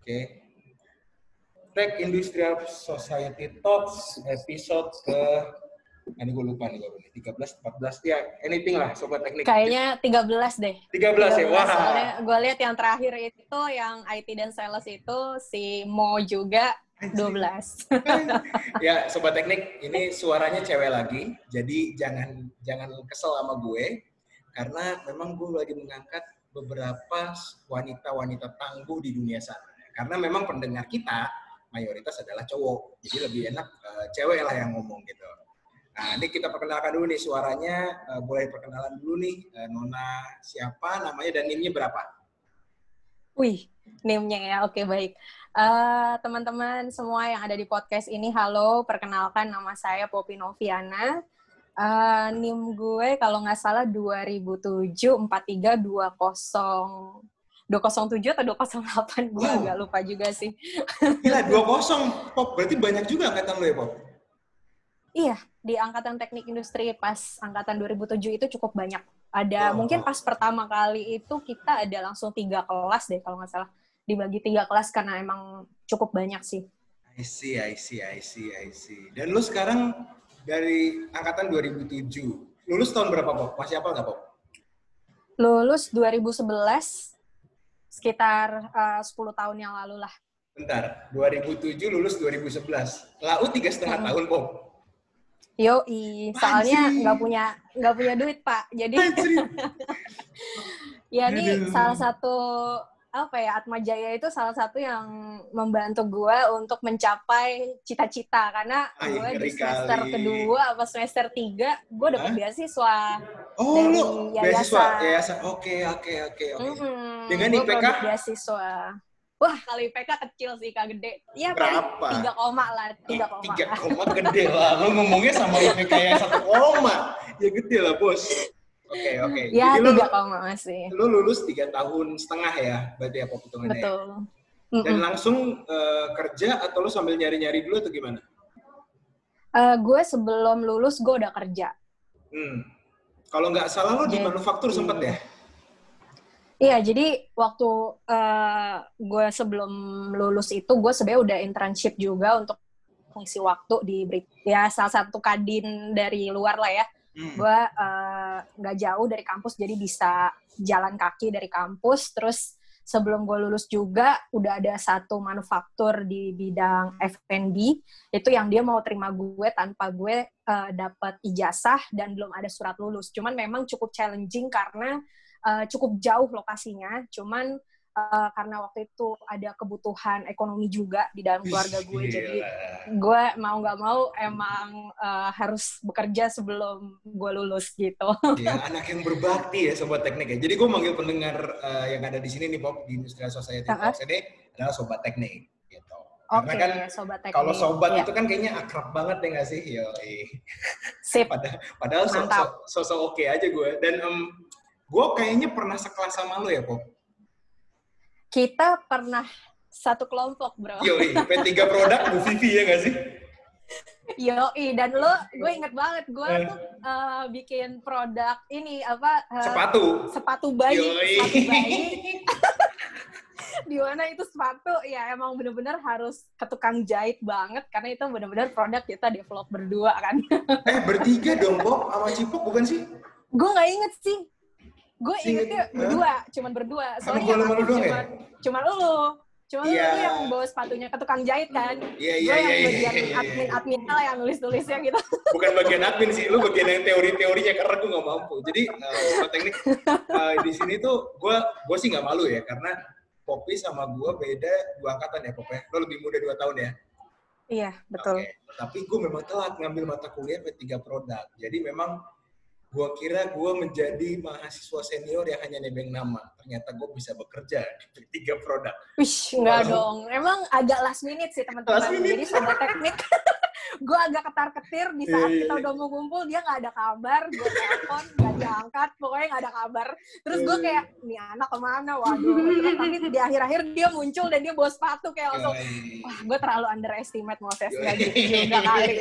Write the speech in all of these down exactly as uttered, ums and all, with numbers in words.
Oke. Tech Industrial Society Talks episode ke ini gue lupa nih gue tiga belas empat belas ya anything lah sobat teknik. Kayaknya tiga belas deh. tiga belas ya. Wah. Soalnya gue lihat yang terakhir itu yang I T dan sales itu si Mo juga dua belas. Ya, sobat teknik, ini suaranya cewek lagi. Jadi jangan jangan kesel sama gue karena memang gue lagi mengangkat beberapa wanita-wanita tangguh di dunia sana. Karena memang pendengar kita mayoritas adalah cowok. Jadi lebih enak uh, cewek lah yang ngomong gitu. Nah, ini kita perkenalkan dulu nih suaranya. Uh, boleh perkenalan dulu nih, uh, Nona siapa, namanya dan NIM-nya berapa? Wih, NIM-nya ya. Oke, baik. Uh, teman-teman semua yang ada di podcast ini, halo. Perkenalkan nama saya Poppy Noviana. Uh, NIM gue kalau nggak salah dua ribu tujuh empat tiga dua nol dua nol tujuh atau dua nol delapan. Gue wow. Agak lupa juga sih. Gila, dua nol, Pop. Berarti banyak juga angkatan lo ya, Pop? Iya, di angkatan teknik industri pas angkatan dua ribu tujuh itu cukup banyak. Ada oh, mungkin pas pertama kali itu kita ada langsung tiga kelas deh kalau nggak salah. Dibagi tiga kelas karena emang cukup banyak sih. I see, I see, I see, I see. Dan lu sekarang dari angkatan dua ribu tujuh. Lulus tahun berapa, Pop? Masih apa nggak, Pop? Lulus dua ribu sebelas, sekitar uh, sepuluh tahun yang lalu lah. Bentar, dua ribu tujuh lulus dua ribu sebelas. Lau tiga setengah hmm. tahun, Pop. Yoi, soalnya nggak punya nggak punya duit Pak, jadi ya ini salah satu apa ya Atma Jaya itu salah satu yang membantu gue untuk mencapai cita-cita karena Ay, gue di semester kali. kedua apa semester tiga gue dapet beasiswa oh, dari lu yayasan. Beasiswa, yayasan, oke oke oke oke. Dengan I P K beasiswa. Wah, kalau I P K kecil sih, Kak, gede. Iya, berapa? tiga koma lah, tiga koma. tiga koma gede lah. Lo ngomongnya sama I P K yang satu koma. Ya gede lah, Bos. Oke, okay, oke. Okay. Ya, tiga koma masih. Lo lulus tiga tahun setengah ya, berarti apa hitungannya? Betul. Ya? Dan langsung uh, kerja atau lo sambil nyari-nyari dulu atau gimana? Uh, gue sebelum lulus, gue udah kerja. Hmm. Kalau nggak salah lo di manufaktur sempet ya? Iya, jadi waktu uh, gue sebelum lulus itu, gue sebenarnya udah internship juga untuk ngisi waktu di ya salah satu kadin dari luar lah ya. Hmm. Gue uh, nggak jauh dari kampus, jadi bisa jalan kaki dari kampus. Terus sebelum gue lulus juga, udah ada satu manufaktur di bidang F and B, itu yang dia mau terima gue tanpa gue uh, dapat ijazah dan belum ada surat lulus. Cuman memang cukup challenging karena Uh, cukup jauh lokasinya, cuman uh, karena waktu itu ada kebutuhan ekonomi juga di dalam keluarga gue, Gila. Jadi gue mau nggak mau emang uh, harus bekerja sebelum gue lulus gitu. Ya, anak yang berbakti ya Sobat Teknik ya. Jadi gue manggil pendengar uh, yang ada di sini nih Pop, di Industrial Society uh-huh. Talks ini adalah Sobat Teknik gitu. Karena okay, kan kalau sobat ya. itu kan kayaknya akrab banget ya nggak sih? Yoi. Sip. Padahal, padahal so-so, so-so oke okay aja gue. Dan um, gue kayaknya pernah sekelas sama lo ya, Pop? Kita pernah satu kelompok, bro. Yoi, P tiga produk Bu Vivi ya nggak sih? Yoi, dan lo, gue inget banget, gue uh. tuh uh, bikin produk ini, apa? Uh, sepatu. Sepatu bayi. Yoi. Sepatu bayi. Di mana itu sepatu, ya emang bener-bener harus ke tukang jahit banget, karena itu bener-bener produk kita develop berdua, kan. Eh, bertiga dong, Pop, sama Cipok, bukan sih? Gue nggak inget sih. Gue ingetnya berdua, cuman berdua. Soalnya yang aku cuman, ya? cuman lu. Cuman yeah. lu yang bawa sepatunya ke tukang jahit kan. Iya, iya, iya. Gue yang bagian admin-admin lah yang nulis-nulisnya gitu. Bukan bagian admin sih, lu bagian yang teori-teorinya karena gue nggak mampu. Jadi, uh, teknik uh, di sini tuh, gue gue sih nggak malu ya, karena Poppy sama gue beda dua angkatan ya, Pop ya. Lo lebih muda dua tahun ya? Iya, betul. Okay. Tapi gue memang telat ngambil mata kuliah P tiga produk. Jadi memang gue kira gue menjadi mahasiswa senior yang hanya nebeng nama. Ternyata gue bisa bekerja di tiga produk. Wih, enggak dong. Emang agak last minute sih teman-teman. Jadi Sobat Teknik, gue agak ketar-ketir di saat yeah, kita udah mau ngumpul, dia nggak ada kabar. Gue telepon, nggak diangkat, pokoknya nggak ada kabar. Terus gue kayak, nih anak kemana? Waduh. Terus, tapi di akhir-akhir dia muncul dan dia bawa sepatu kayak langsung, wah gue terlalu underestimate Moses. Nggak gitu juga kali.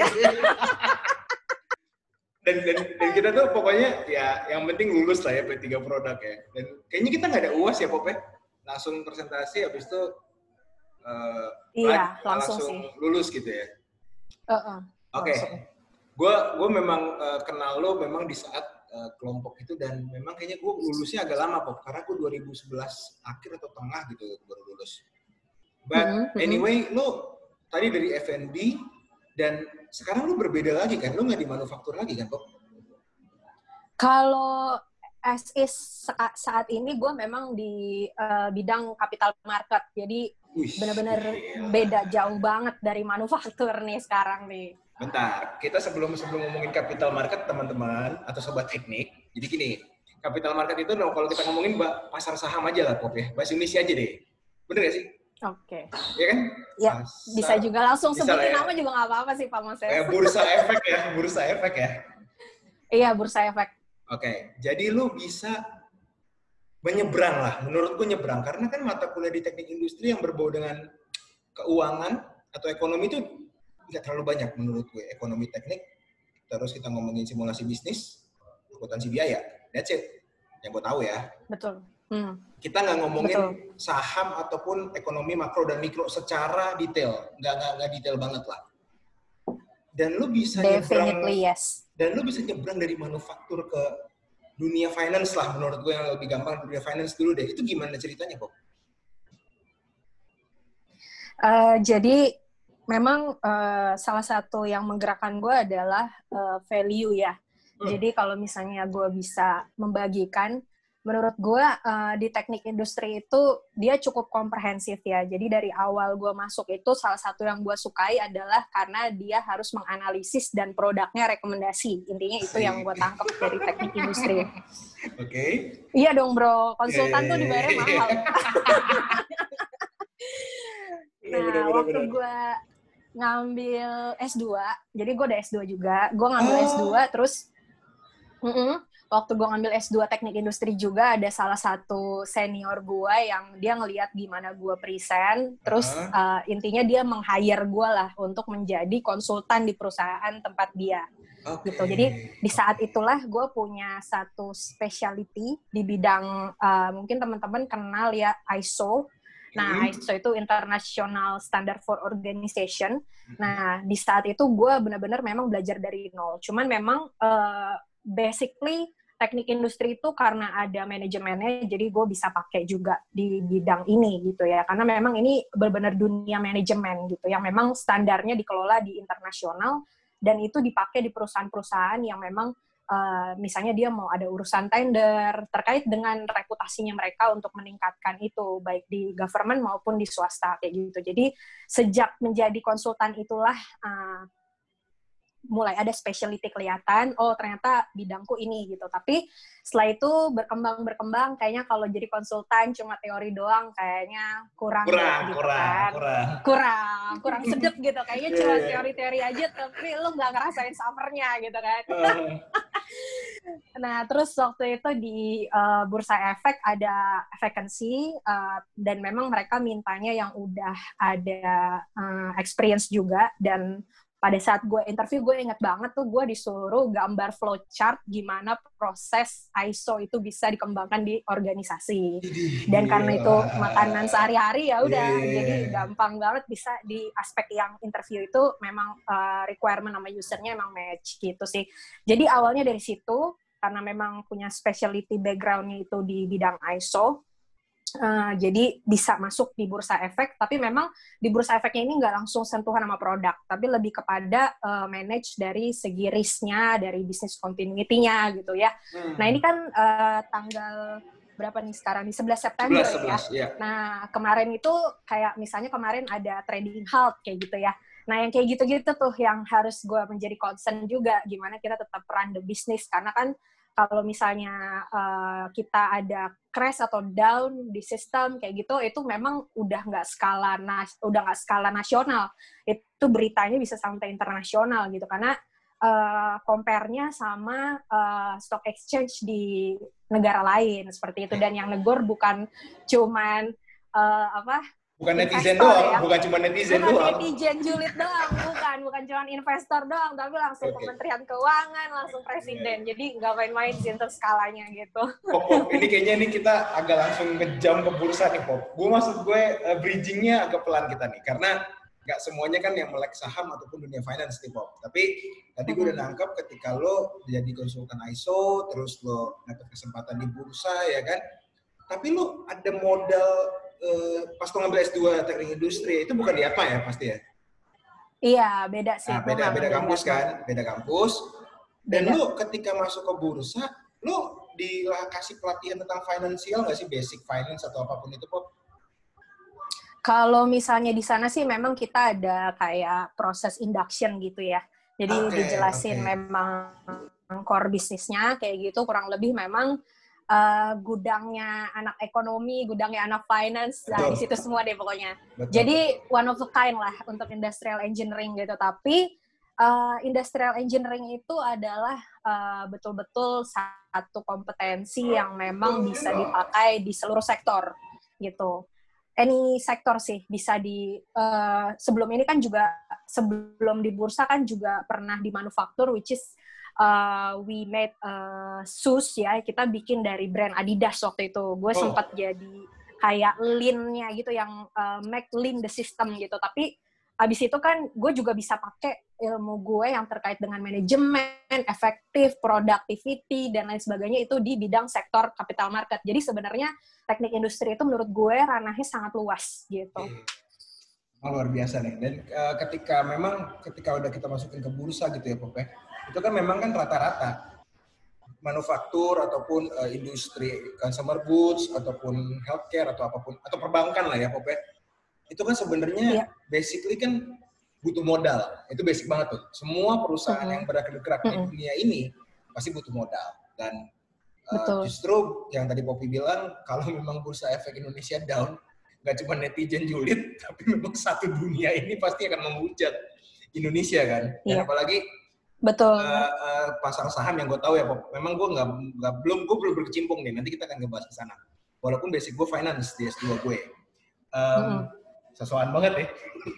Dan, dan, dan kita tuh pokoknya ya yang penting lulus lah ya P tiga produk ya. Dan kayaknya kita nggak ada U A S ya Pop ya. Langsung presentasi habis itu uh, Iya, langsung, langsung sih. lulus gitu ya. Uh-uh, Oke, okay. gue gue memang uh, kenal lo memang di saat uh, kelompok itu dan memang kayaknya gue lulusnya agak lama kok karena gue dua ribu sebelas akhir atau tengah gitu baru lulus. But mm-hmm. anyway, lo tadi dari F and B dan sekarang lo berbeda lagi kan? Lo nggak di manufaktur lagi kan, Bob? Kalau as is saat ini gue memang di uh, bidang capital market, jadi benar-benar beda jauh banget dari manufaktur nih sekarang nih. Bentar, kita sebelum sebelum ngomongin capital market teman-teman atau sobat teknik, jadi gini, capital market itu kalau kita ngomongin pasar saham aja lah, Pop ya, bahasa Indonesia aja deh, bener gak sih? Oke. Okay. Iya kan? Ya, pasar, bisa juga langsung sebutin ya. Nama juga nggak apa-apa sih Pak Moses. Eh, bursa efek ya, bursa efek ya. Iya, bursa efek. Oke, okay. Jadi lu bisa menyeberang lah, menurutku nyebrang, karena kan mata kuliah di teknik industri yang berbau dengan keuangan atau ekonomi itu nggak terlalu banyak menurut gue. Ekonomi teknik, terus kita ngomongin simulasi bisnis, akuntansi biaya, that's it, yang gue tahu ya. Betul. Hmm. Kita nggak ngomongin Betul. saham ataupun ekonomi makro dan mikro secara detail, nggak nggak nggak detail banget lah. Dan lu bisa nyebrang, yes. dan lu bisa nyebrang dari manufaktur ke dunia finance lah, menurut gue yang lebih gampang dunia finance dulu deh. Itu gimana ceritanya, Bob? Uh, jadi memang uh, salah satu yang menggerakkan gue adalah uh, value ya. Hmm. Jadi kalau misalnya gue bisa membagikan, menurut gue uh, di teknik industri itu dia cukup komprehensif ya. Jadi dari awal gue masuk itu salah satu yang gue sukai adalah karena dia harus menganalisis dan produknya rekomendasi. Intinya itu yang gue tangkap dari teknik industri. Oke. Okay. Iya dong bro, konsultan yeah. tuh dibayarnya mahal. Nah, bener, bener, waktu gue ngambil S dua, jadi gue udah S dua juga, gue ngambil oh. S dua, terus mm-mm, waktu gue ngambil S dua teknik industri juga, ada salah satu senior gue yang dia ngelihat gimana gue present, terus uh-huh. uh, intinya dia meng-hire gue lah untuk menjadi konsultan di perusahaan tempat dia. Okay. Gitu. Jadi di saat itulah gue punya satu specialty di bidang, uh, mungkin teman-teman kenal ya, I S O. Nah, I S O itu International Standard for Organization. Nah, di saat itu gue benar-benar memang belajar dari nol. Cuman memang uh, basically teknik industri itu karena ada manajemennya, jadi gue bisa pakai juga di bidang ini gitu ya. Karena memang ini benar-benar dunia manajemen gitu, yang memang standarnya dikelola di internasional dan itu dipakai di perusahaan-perusahaan yang memang Uh, misalnya dia mau ada urusan tender terkait dengan reputasinya mereka untuk meningkatkan itu baik di government maupun di swasta kayak gitu. Jadi sejak menjadi konsultan itulah uh, mulai ada specialty kelihatan, oh ternyata bidangku ini gitu. Tapi setelah itu berkembang-berkembang, kayaknya kalau jadi konsultan cuma teori doang kayaknya kurang, kurang gitu kurang, kan. Kurang, kurang, kurang sedep gitu. Kayaknya cuma teori-teori aja, tapi lu nggak ngerasain summernya gitu kan. Nah, terus waktu itu di uh, Bursa Efek ada vacancy, uh, dan memang mereka mintanya yang udah ada uh, experience juga, dan pada saat gue interview, gue inget banget tuh gue disuruh gambar flowchart gimana proses I S O itu bisa dikembangkan di organisasi. Dan karena itu makanan sehari-hari ya udah, yeah. Jadi gampang banget bisa di aspek yang interview itu memang uh, requirement sama usernya emang match gitu sih. Jadi awalnya dari situ, karena memang punya specialty background-nya itu di bidang I S O, Uh, jadi bisa masuk di Bursa Efek, tapi memang di Bursa Efeknya ini nggak langsung sentuhan sama produk, tapi lebih kepada uh, manage dari segi risk-nya, dari business continuity-nya gitu ya. Hmm. Nah ini kan uh, tanggal berapa nih sekarang? Di sebelas September sebelas, sebelas, ya. Yeah. Nah kemarin itu kayak misalnya kemarin ada trading halt kayak gitu ya. Nah yang kayak gitu-gitu tuh yang harus gue menjadi concern juga, gimana kita tetap run the business, karena kan kalau misalnya uh, kita ada crash atau down di sistem kayak gitu, itu memang udah nggak skala nas, udah nggak skala nasional, itu beritanya bisa sampai internasional gitu, karena uh, compare-nya sama uh, stock exchange di negara lain seperti itu, dan yang negor bukan cuman uh, apa Bukan netizen investor doang, ya. bukan cuma netizen bukan doang. netizen julid doang, bukan, bukan cuma investor doang, tapi langsung okay. Kementerian Keuangan, langsung presiden. Yeah. Jadi nggak main-main sih untuk skalanya gitu. Pop, Pop, ini kayaknya ini kita agak langsung ngejam ke bursa nih, Pop. Gue maksud gue uh, bridging-nya agak pelan kita nih, karena nggak semuanya kan yang melek saham ataupun dunia finance nih, Pop. Tapi tadi gue udah nangkep ketika lo jadi konsultan I S O, terus lo dapet kesempatan di bursa, ya kan? Tapi lo ada modal Uh, pas lo ngambil S dua teknik industri, itu bukan di A T M A ya pasti ya? Iya, beda sih. Nah, beda, beda kampus kan, beda kampus. Dan beda. Lo ketika masuk ke bursa, lo dikasih pelatihan tentang finansial nggak sih, basic finance atau apapun itu, Pop? Kalau misalnya di sana sih memang kita ada kayak proses induction gitu ya. Jadi okay, dijelasin okay. memang core bisnisnya kayak gitu, kurang lebih memang Uh, gudangnya anak ekonomi, gudangnya anak finance, nah di situ semua deh pokoknya. Betul. Jadi one of a kind lah untuk industrial engineering gitu. Tapi uh, industrial engineering itu adalah uh, betul-betul satu kompetensi yang memang bisa dipakai di seluruh sektor gitu. Any sektor sih bisa di uh, sebelum ini kan juga sebelum di bursa kan juga pernah di manufaktur, which is Uh, we made uh, shoes ya, kita bikin dari brand Adidas waktu itu. Gue oh. sempat jadi kayak lean-nya gitu, yang uh, make lean the system gitu. Tapi abis itu kan gue juga bisa pakai ilmu gue yang terkait dengan manajemen, efektif, productivity, dan lain sebagainya itu di bidang sektor capital market. Jadi sebenarnya teknik industri itu menurut gue ranahnya sangat luas gitu. Oh, luar biasa nih. Dan uh, ketika memang ketika udah kita masukin ke bursa gitu ya, Pop, itu kan memang kan rata-rata manufaktur ataupun uh, industri consumer goods ataupun healthcare atau apapun atau perbankan lah ya, Pop, itu kan sebenarnya yeah. basically kan butuh modal. Itu basic banget tuh. Semua perusahaan uh-huh. yang bergerak uh-huh. di dunia ini pasti butuh modal. Dan uh, justru yang tadi Poppy bilang, kalau memang bursa efek Indonesia down, nggak cuma netizen julid, tapi memang satu dunia ini pasti akan menghujat Indonesia kan. Dan yeah. apalagi betul uh, uh, pasar saham yang gue tahu ya, Pop. Memang gue nggak nggak belum gue belum berkecimpung nih. Nanti kita akan ngebahas ke sana. Walaupun basic gue finance di S dua gue. Um, mm. Sesuatu banget ya.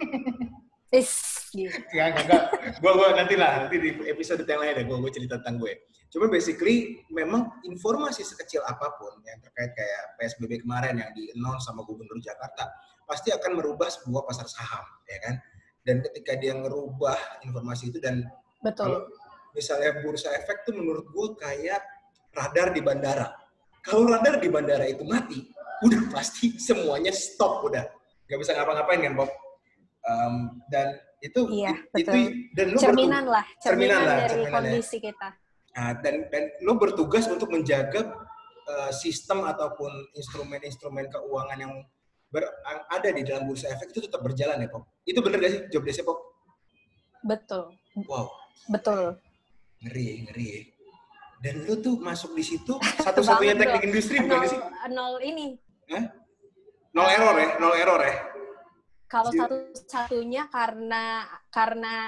Is, Enggak, enggak. Gue gue nanti lah nanti di episode yang lain ya gue gue cerita tentang gue. Cuma basically memang informasi sekecil apapun yang terkait kayak P S B B kemarin yang di-announce sama Gubernur Jakarta pasti akan merubah sebuah pasar saham, ya kan? Dan ketika dia ngerubah informasi itu dan betul. Kalau misalnya bursa efek tuh menurut gue kayak radar di bandara. Kalau radar di bandara itu mati, udah pasti semuanya stop udah. Gak bisa ngapa-ngapain kan, Bob? Um, dan itu iya, itu betul. dan lu cerminan bertugas, lah, cerminan, cerminan lah, dari cerminan kondisi ya. kita. Nah, dan dan lu bertugas untuk menjaga uh, sistem ataupun instrumen-instrumen keuangan yang ber, ada di dalam bursa efek itu tetap berjalan ya, Bob. Itu bener gak sih job desk-nya, Bob? Betul. Wow. Betul. Ngeri, ngeri. Dan lu tuh masuk di situ satu-satunya teknik industri bukan sih? Nol ini. Hah? Nol error ya, nol error ya. Kalau satu-satunya karena karena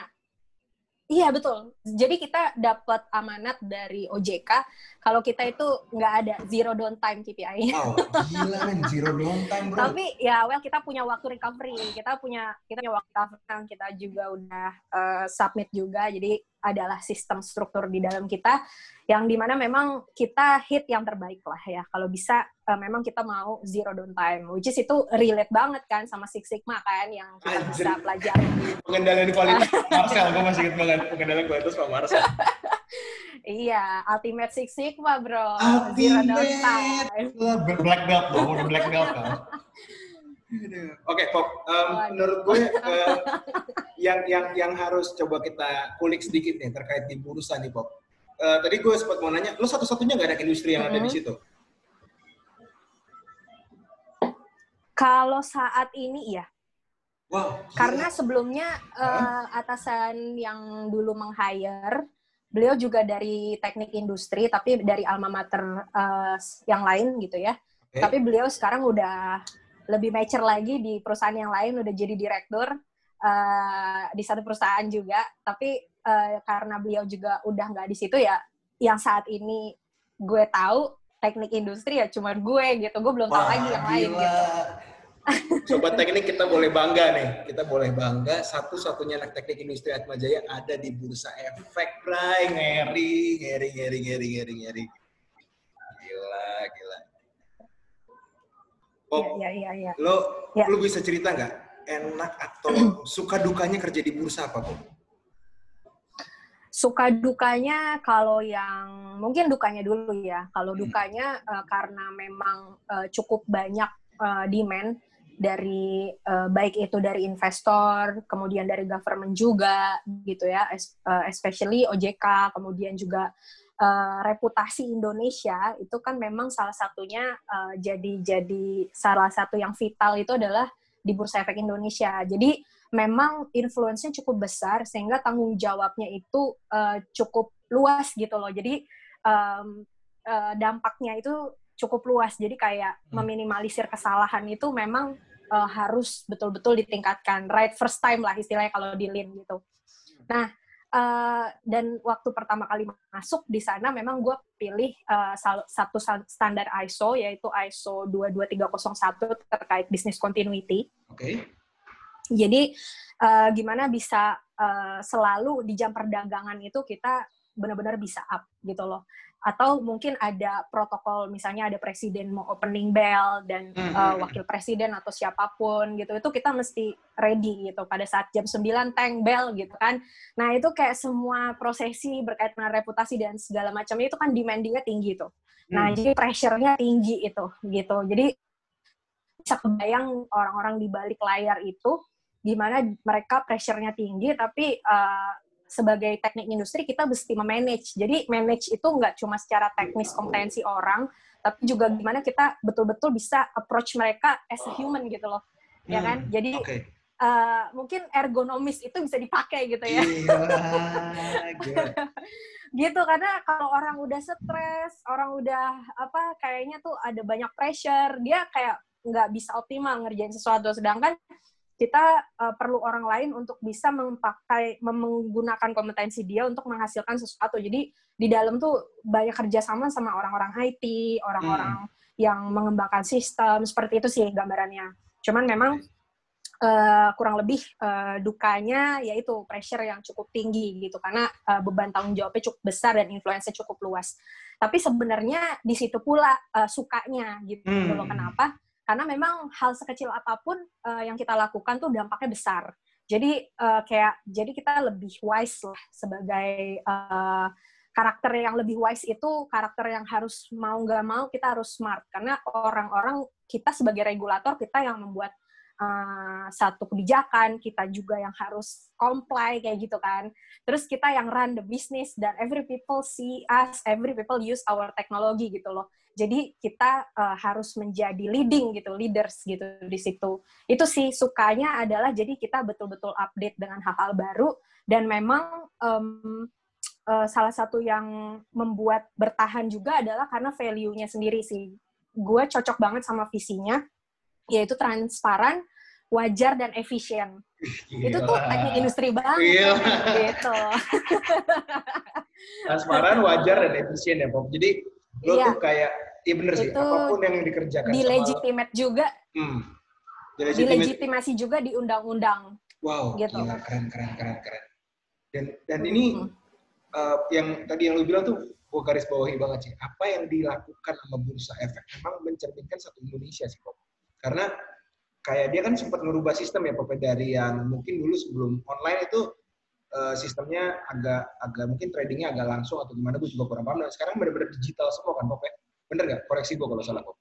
iya betul. Jadi kita dapat amanat dari O J K kalau kita itu nggak ada zero downtime K P I. Oh, gila men, zero downtime bro. Tapi ya well kita punya waktu recovery, kita punya kita punya waktu recovery, kita juga udah uh, submit juga. Jadi adalah sistem struktur di dalam kita yang dimana memang kita hit yang terbaik lah ya. Kalau bisa uh, memang kita mau zero downtime, which is itu relate banget kan sama Six Sigma kan yang kita Anjir. bisa pelajari. Pengendalian kualitas Marcel, gue masih ingat banget pengendalian kualitas Pak Marcel. Iya, Ultimate Six Sigma bro. Ultimate. Zero downtime. Black belt dong, udah black belt kan. Oke, okay, Pop. Um, menurut gue uh, yang yang yang harus coba kita kulik sedikit nih terkait di bursa nih, Pop. Uh, tadi gue sempat mau nanya, lo satu-satunya nggak ada industri yang mm-hmm. ada di situ? Kalau saat ini ya. Wow. Karena sebelumnya uh, atasan yang dulu meng-hire, beliau juga dari teknik industri, tapi dari alma mater uh, yang lain gitu ya. Okay. Tapi beliau sekarang udah lebih mature lagi di perusahaan yang lain, udah jadi direktur uh, di satu perusahaan juga. Tapi uh, karena beliau juga udah nggak di situ ya, yang saat ini gue tahu teknik industri ya cuma gue gitu. Gue belum tahu Wah, lagi yang gila. lain gitu. Sobat Teknik kita boleh bangga nih. Kita boleh bangga satu-satunya anak teknik industri Atmajaya ada di Bursa Efek, Bray. Ngeri, ngeri, ngeri, ngeri, ngeri, ngeri. Gila, gila. Pop, iya, iya, iya. lo, ya. lo bisa cerita nggak enak atau suka dukanya kerja di bursa apa, Pop? Suka dukanya kalau yang mungkin dukanya dulu ya. Kalau dukanya uh, karena memang uh, cukup banyak uh, demand dari uh, baik itu dari investor, kemudian dari government juga gitu ya, uh, especially O J K, kemudian juga uh, reputasi Indonesia itu kan memang salah satunya uh, jadi jadi salah satu yang vital itu adalah di Bursa Efek Indonesia. Jadi memang influence-nya cukup besar sehingga tanggung jawabnya itu uh, cukup luas gitu loh. Jadi um, uh, dampaknya itu cukup luas. Jadi kayak meminimalisir kesalahan itu memang uh, harus betul-betul ditingkatkan. Right first time lah istilahnya kalau di Lean gitu. Nah, uh, dan waktu pertama kali masuk di sana memang gue pilih uh, satu standar I S O yaitu I S O dua dua tiga nol satu terkait business continuity. Oke. Okay. Jadi uh, gimana bisa uh, selalu di jam perdagangan itu kita benar-benar bisa up gitu loh. Atau mungkin ada protokol, misalnya ada presiden mau opening bell dan uh, wakil presiden atau siapapun gitu, itu kita mesti ready gitu pada saat jam sembilan teng bell gitu kan. Nah itu kayak semua prosesi berkaitan dengan reputasi dan segala macamnya itu kan demandingnya tinggi tuh. Nah hmm. jadi pressure-nya tinggi itu gitu. Jadi bisa kebayang orang-orang di balik layar itu gimana mereka pressure-nya tinggi, tapi uh, sebagai teknik industri kita mesti memanage. Jadi manage itu nggak cuma secara teknis kompetensi orang, tapi juga gimana kita betul-betul bisa approach mereka as a human gitu loh, hmm, ya kan? Jadi okay. uh, mungkin ergonomis itu bisa dipakai gitu ya. Gila, gila. Gitu, karena kalau orang udah stres, orang udah apa kayaknya tuh ada banyak pressure, dia kayak nggak bisa optimal ngerjain sesuatu, sedangkan kita uh, perlu orang lain untuk bisa memakai, menggunakan kompetensi dia untuk menghasilkan sesuatu. Jadi di dalam tuh banyak kerjasama sama orang-orang I T, orang-orang hmm. yang mengembangkan sistem, seperti itu sih gambarannya. Cuman memang uh, kurang lebih uh, dukanya yaitu pressure yang cukup tinggi gitu, karena uh, beban tanggung jawabnya cukup besar dan influence-nya cukup luas. Tapi sebenarnya di situ pula uh, sukanya gitu hmm. loh. Kenapa? Karena memang hal sekecil apapun uh, yang kita lakukan tuh dampaknya besar. Jadi uh, kayak jadi kita lebih wise lah sebagai uh, karakter yang lebih wise itu karakter yang harus mau nggak mau kita harus smart, karena orang-orang kita sebagai regulator kita yang membuat uh, satu kebijakan, kita juga yang harus comply kayak gitu kan. Terus kita yang run the business dan every people see us, every people use our technology gitu loh. Jadi kita uh, harus menjadi leading gitu, leaders gitu di situ. Itu sih sukanya adalah jadi kita betul-betul update dengan hal-hal baru, dan memang um, uh, salah satu yang membuat bertahan juga adalah karena value-nya sendiri sih. Gue cocok banget sama visinya, yaitu transparan, wajar, dan efisien. Gila. Itu tuh teknik industri banget. Gitu. Transparan, wajar, dan efisien ya, Pop. Jadi lo iya. tuh kayak, iya bener sih, itu apapun yang dikerjakan di legitimate sama, juga, hmm, di legitimasi juga di undang-undang. Wow, gitu. Gila, keren, keren, keren, keren. Dan dan mm-hmm. ini uh, yang tadi yang lo bilang tuh, gue garis bawahi banget sih. Apa yang dilakukan sama Bursa Efek memang mencerminkan satu Indonesia sih, Pop. Karena kayak dia kan sempat merubah sistem ya, Pop, dari yang mungkin dulu sebelum online itu uh, sistemnya agak agak mungkin tradingnya agak langsung atau gimana, gue juga kurang paham. Nah, sekarang benar-benar digital semua kan, Pop, ya? Bener nggak? Koreksi gue kalau salah, Pop.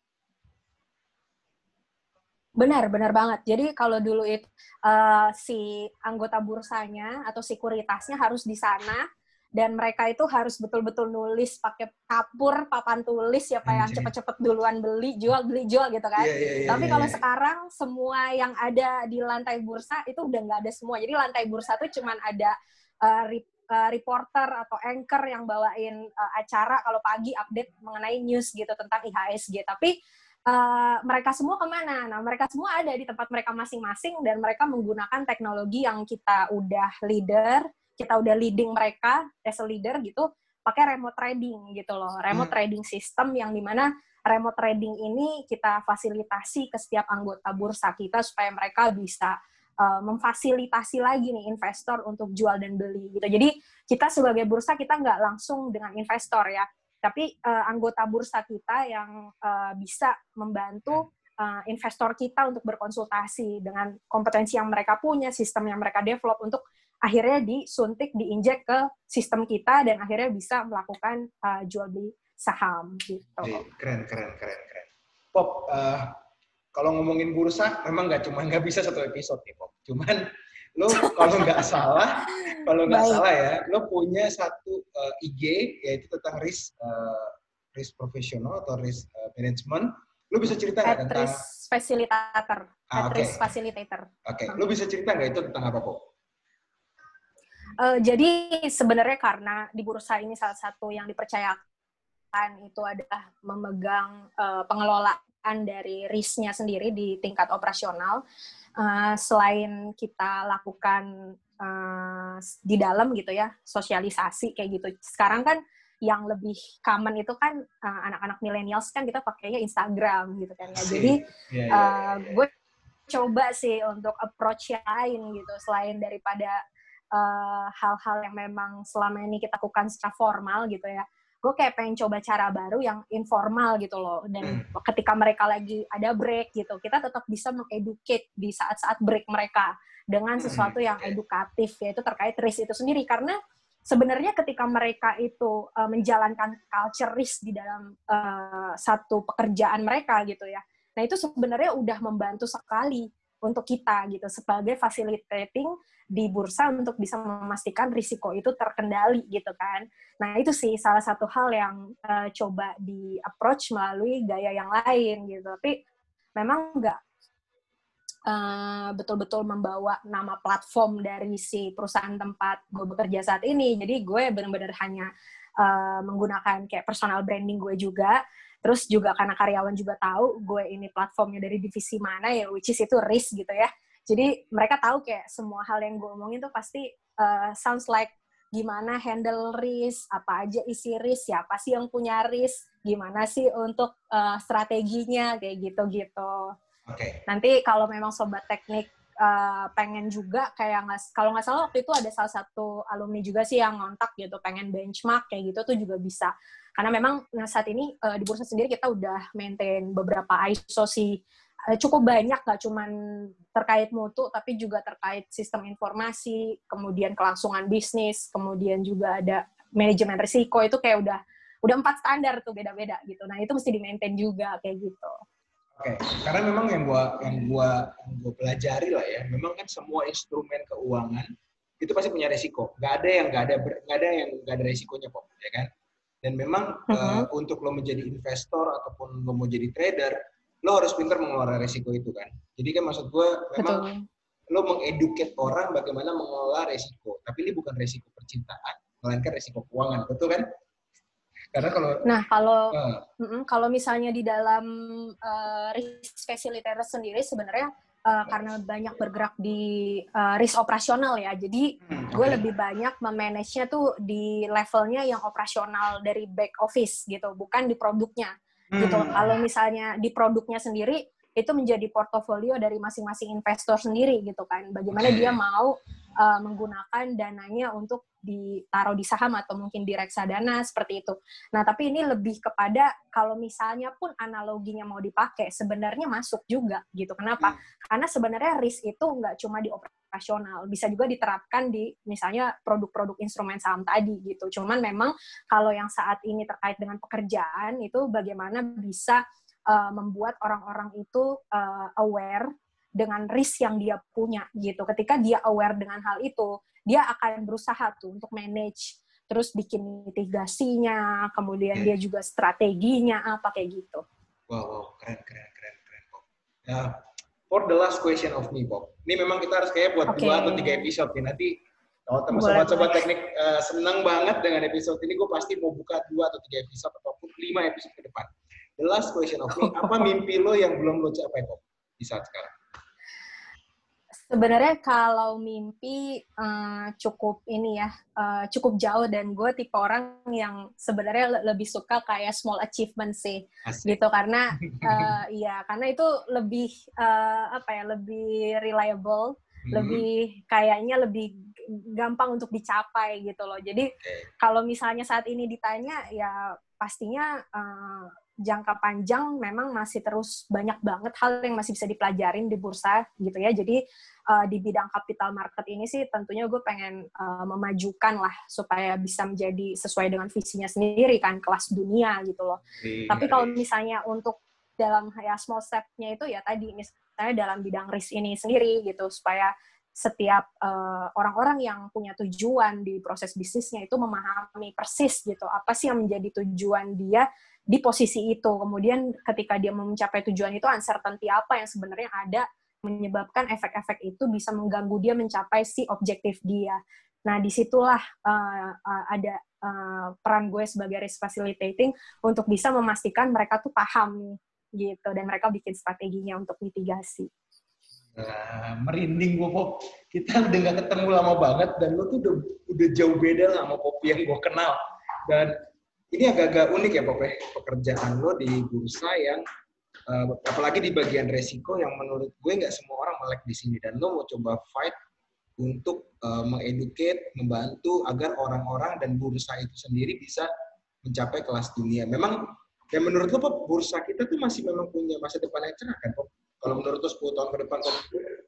Benar, benar banget. Jadi kalau dulu itu uh, si anggota bursanya atau sekuritasnya harus di sana, dan mereka itu harus betul-betul nulis pakai kapur, papan tulis, siapa yang cepet-cepet duluan beli, jual, beli, jual gitu kan. Yeah, yeah, yeah, Tapi yeah, kalau yeah. sekarang semua yang ada di lantai bursa itu udah nggak ada semua. Jadi lantai bursa tuh cuman ada uh, Uh, reporter atau anchor yang bawain uh, acara kalau pagi update mengenai news gitu tentang I H S G. Tapi uh, mereka semua kemana? Nah, mereka semua ada di tempat mereka masing-masing, dan mereka menggunakan teknologi yang kita udah leader, kita udah leading mereka as a leader gitu. pakai remote trading gitu loh. Remote Hmm. trading system yang dimana remote trading ini kita fasilitasi ke setiap anggota bursa kita supaya mereka bisa uh, memfasilitasi lagi nih investor untuk jual dan beli gitu. Jadi kita sebagai bursa kita nggak langsung dengan investor ya, tapi uh, anggota bursa kita yang uh, bisa membantu uh, investor kita untuk berkonsultasi dengan kompetensi yang mereka punya, sistem yang mereka develop untuk akhirnya disuntik, diinjek ke sistem kita dan akhirnya bisa melakukan uh, jual beli saham gitu. Keren, keren, keren, keren. Pop, uh, kalau ngomongin bursa memang nggak cuma nggak bisa satu episode nih Pop. Cuman lo kalau nggak salah, kalau nggak salah ya, lo punya satu uh, I G yaitu tentang risk uh, risk profesional atau risk uh, management. Lo bisa cerita nggak tentang risk facilitator? Ah, At okay. risk facilitator. Oke, okay. Lo bisa cerita nggak itu tentang apa Pop? Uh, jadi sebenarnya karena di bursa ini salah satu yang dipercayakan itu adalah memegang uh, pengelolaan dari risknya sendiri di tingkat operasional. Uh, selain kita lakukan uh, di dalam gitu ya, sosialisasi kayak gitu. Sekarang kan yang lebih common itu kan uh, anak-anak millennials kan kita pakainya Instagram gitu kan ya. Jadi yeah, yeah, uh, yeah. gue coba sih untuk approach yang lain gitu selain daripada Uh, hal-hal yang memang selama ini kita lakukan secara formal gitu ya, gue kayak pengen coba cara baru yang informal gitu loh, dan hmm. ketika mereka lagi ada break gitu, kita tetap bisa mengeducate di saat-saat break mereka dengan sesuatu yang edukatif, yaitu terkait risk itu sendiri, karena sebenarnya ketika mereka itu uh, menjalankan culture risk di dalam uh, satu pekerjaan mereka gitu ya, nah itu sebenarnya udah membantu sekali untuk kita gitu sebagai facilitating di bursa untuk bisa memastikan risiko itu terkendali gitu kan. Nah itu sih salah satu hal yang uh, coba di approach melalui gaya yang lain gitu. Tapi memang nggak uh, betul-betul membawa nama platform dari si perusahaan tempat gue bekerja saat ini. Jadi gue benar-benar hanya uh, menggunakan kayak personal branding gue juga. Terus juga karena karyawan juga tahu gue ini platformnya dari divisi mana ya, which is itu risk gitu ya. Jadi mereka tahu kayak semua hal yang gue omongin tuh pasti uh, sounds like gimana handle risk, apa aja isi risk, siapa sih yang punya risk, gimana sih untuk uh, strateginya, kayak gitu-gitu. Okay. Nanti kalau memang sobat teknik uh, pengen juga kayak nggak, kalau nggak salah waktu itu ada salah satu alumni juga sih yang ngontak gitu, pengen benchmark kayak gitu tuh juga bisa. Karena memang saat ini uh, di bursa sendiri kita udah maintain beberapa I S O sih, uh, cukup banyak, nggak cuman terkait mutu, tapi juga terkait sistem informasi, kemudian kelangsungan bisnis, kemudian juga ada manajemen risiko, itu kayak udah udah empat standar tuh beda-beda gitu. Nah itu mesti di-maintain juga kayak gitu. Oke, okay. Karena memang yang gua yang gua yang gua pelajari lah ya, memang kan semua instrumen keuangan itu pasti punya resiko. Gak ada yang gak ada gak ada yang gak ada resikonya kok, ya kan? Dan memang uh-huh. uh, untuk lo menjadi investor ataupun lo mau jadi trader, lo harus pintar mengelola resiko itu kan. Jadi kan maksud gue memang betul. Lo mengeduket orang bagaimana mengelola resiko. Tapi ini bukan resiko percintaan, melainkan resiko keuangan, betul kan? Karena kalau nah kalau uh, kalau misalnya di dalam uh, risk facilitator sendiri sebenarnya uh, karena banyak bergerak di uh, risk operasional ya, jadi hmm, gue okay. lebih banyak memanage-nya tuh di levelnya yang operasional dari back office gitu, bukan di produknya hmm. gitu. Kalau misalnya di produknya sendiri itu menjadi portofolio dari masing-masing investor sendiri gitu kan, bagaimana okay. dia mau uh, menggunakan dananya untuk ditaruh di saham atau mungkin di reksadana seperti itu. Nah, tapi ini lebih kepada kalau misalnya pun analoginya mau dipakai, sebenarnya masuk juga gitu. Kenapa? Hmm. Karena sebenarnya risk itu nggak cuma di operasional, bisa juga diterapkan di misalnya produk-produk instrumen saham tadi gitu. Cuman memang kalau yang saat ini terkait dengan pekerjaan itu bagaimana bisa uh, membuat orang-orang itu uh, aware dengan risk yang dia punya gitu. Ketika dia aware dengan hal itu, dia akan berusaha tuh untuk manage, terus bikin mitigasinya, kemudian okay. dia juga strateginya apa kayak gitu. Wow, wow, keren, keren, keren, keren, Bob. Nah, for the last question of me, Bob. Ini memang kita harus kayak buat okay. dua atau tiga episode nih. Nanti kalau teman-teman sobat teknik uh, senang banget dengan episode ini, gue pasti mau buka dua atau tiga episode ataupun lima episode ke depan. The last question of me, apa mimpi lo yang belum lo capai, Bob, di saat sekarang? Sebenarnya kalau mimpi uh, cukup ini ya, uh, cukup jauh, dan gue tipe orang yang sebenarnya le- lebih suka kayak small achievement sih, Asik. gitu, karena uh, ya karena itu lebih uh, apa ya, lebih reliable, Hmm. lebih kayaknya lebih gampang untuk dicapai gitu loh. Jadi Okay. kalau misalnya saat ini ditanya ya pastinya uh, jangka panjang memang masih terus banyak banget hal yang masih bisa dipelajarin di bursa gitu ya. Jadi uh, di bidang capital market ini sih tentunya gue pengen uh, memajukan lah supaya bisa menjadi sesuai dengan visinya sendiri kan, kelas dunia gitu loh. Di, Tapi kalau misalnya untuk dalam ya small step-nya itu ya tadi misalnya dalam bidang risk ini sendiri gitu, supaya setiap uh, orang-orang yang punya tujuan di proses bisnisnya itu memahami persis gitu apa sih yang menjadi tujuan dia di posisi itu. Kemudian ketika dia mau mencapai tujuan itu, uncertainty apa yang sebenarnya ada menyebabkan efek-efek itu bisa mengganggu dia mencapai si objektif dia. Nah, disitulah uh, uh, ada uh, peran gue sebagai risk facilitating untuk bisa memastikan mereka tuh paham gitu, dan mereka bikin strateginya untuk mitigasi. Nah, merinding gue, Pop. Kita udah gak ketemu lama banget, dan lo tuh udah, udah jauh beda lah sama Poppy yang gue kenal. Dan ini agak-agak unik ya, Pop, ya, pekerjaan lo di bursa yang, uh, apalagi di bagian resiko yang menurut gue nggak semua orang melek di sini. Dan lo mau coba fight untuk uh, mengeducate, membantu agar orang-orang dan bursa itu sendiri bisa mencapai kelas dunia. Memang, ya menurut lo, Pop, bursa kita tuh masih memang punya masa depan yang cerah kan, Pop? Kalau menurut lo sepuluh tahun ke depan, Pop?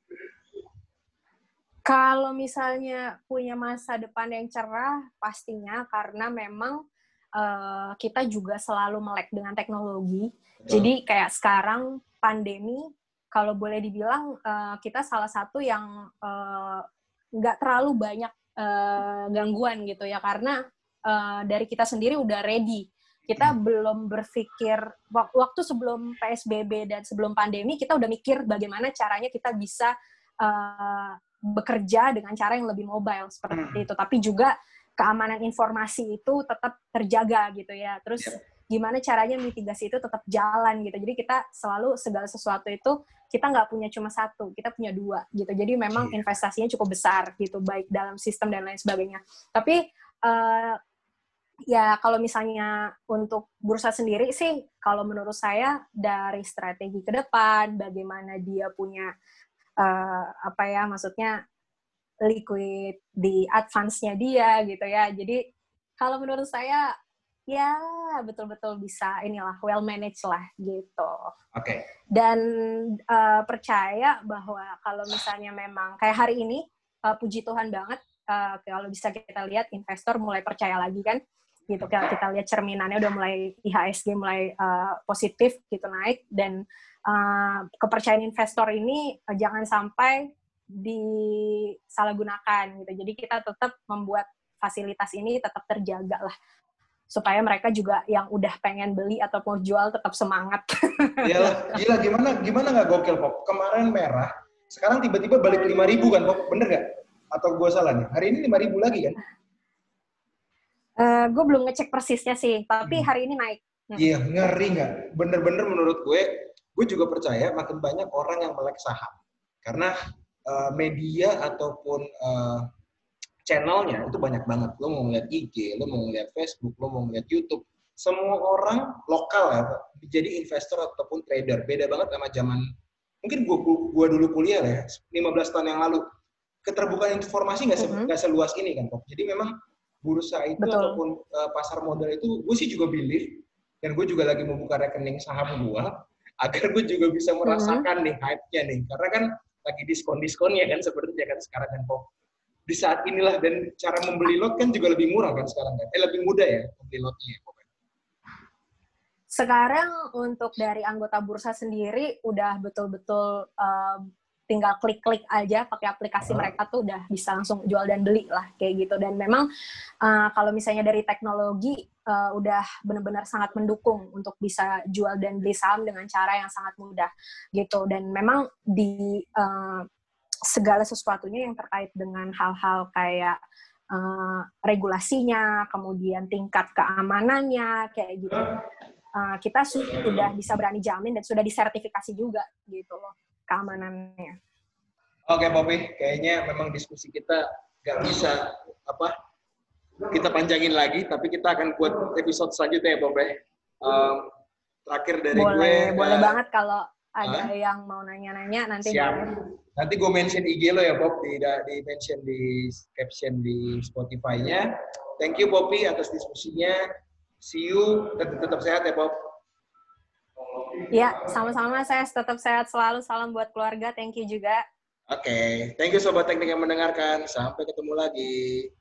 Kalau misalnya punya masa depan yang cerah, pastinya karena memang uh, kita juga selalu melek dengan teknologi. Betul. Jadi kayak sekarang pandemi, kalau boleh dibilang uh, kita salah satu yang nggak uh, terlalu banyak uh, gangguan gitu ya, karena uh, dari kita sendiri udah ready. Kita hmm. belum berpikir, waktu sebelum P S B B dan sebelum pandemi, kita udah mikir bagaimana caranya kita bisa uh, bekerja dengan cara yang lebih mobile seperti hmm. itu, tapi juga keamanan informasi itu tetap terjaga gitu ya. Terus yeah. gimana caranya mitigasi itu tetap jalan gitu. Jadi kita selalu segala sesuatu itu kita nggak punya cuma satu, kita punya dua gitu. Jadi memang yeah. investasinya cukup besar gitu, baik dalam sistem dan lain sebagainya. Tapi uh, ya kalau misalnya untuk bursa sendiri sih, kalau menurut saya dari strategi ke depan, bagaimana dia punya Uh, apa ya, maksudnya liquid di advance-nya dia gitu ya. Jadi kalau menurut saya ya betul-betul bisa inilah well managed lah gitu. Oke. Okay. Dan uh, percaya bahwa kalau misalnya memang kayak hari ini uh, puji Tuhan banget uh, kalau bisa kita lihat investor mulai percaya lagi kan. Gitu, kita lihat cerminannya udah mulai I H S G mulai uh, positif gitu, naik, dan uh, kepercayaan investor ini uh, jangan sampai disalahgunakan gitu. Jadi kita tetap membuat fasilitas ini tetap terjaga lah, supaya mereka juga yang udah pengen beli atau mau jual tetap semangat. Iyalah, gila, gimana gimana nggak gokil, Pop? Kemarin merah, sekarang tiba-tiba balik lima ribu kan, Pop? Bener nggak? Atau gue salah nih? Hari ini lima ribu lagi kan? Uh, gue belum ngecek persisnya sih, tapi hari ini naik. Iya, hmm. ngeri nggak? Bener-bener menurut gue, gue juga percaya makin banyak orang yang melek saham. Karena uh, media ataupun uh, channelnya itu banyak banget. Lo mau ngeliat I G, lo mau ngeliat Facebook, lo mau ngeliat YouTube. Semua orang lokal ya, jadi investor ataupun trader. Beda banget sama zaman, mungkin gue, gue dulu kuliah ya, lima belas tahun yang lalu. Keterbukaan informasi nggak mm-hmm. se- seluas ini kan, Pop. Jadi memang bursa itu Betul. ataupun uh, pasar modal itu gue sih juga believe, dan gue juga lagi membuka rekening saham gue agar gue juga bisa merasakan mm-hmm. nih hype-nya nih, karena kan lagi diskon-diskonnya kan sebenarnya kan sekarang kan, Pop. Di saat inilah, dan cara membeli lot kan juga lebih murah kan sekarang kan, eh lebih mudah ya membeli lotnya ya, Pop. Sekarang untuk dari anggota bursa sendiri udah betul-betul uh, tinggal klik-klik aja pakai aplikasi, uh-huh. mereka tuh udah bisa langsung jual dan beli lah kayak gitu. Dan memang uh, kalau misalnya dari teknologi uh, udah benar-benar sangat mendukung untuk bisa jual dan beli saham dengan cara yang sangat mudah gitu. Dan memang di uh, segala sesuatunya yang terkait dengan hal-hal kayak uh, regulasinya, kemudian tingkat keamanannya kayak gitu, uh, kita sudah bisa berani jamin dan sudah disertifikasi juga gitu loh keamanannya. Oke, Poppy. Kayaknya memang diskusi kita nggak bisa apa kita panjangin lagi, tapi kita akan buat episode selanjutnya ya, Poppy. Um, terakhir dari boleh, gue. Boleh uh, banget kalau ada huh? yang mau nanya-nanya nanti. Siap. Boleh. Nanti gue mention I G lo ya, Bob, di, di mention di caption di Spotify-nya. Thank you, Poppy, atas diskusinya. See you, dan tetap sehat ya, Bob. Ya, sama-sama. Saya tetap sehat selalu. Salam buat keluarga. Thank you juga. Oke, okay. Thank you Sobat Teknik yang mendengarkan. Sampai ketemu lagi.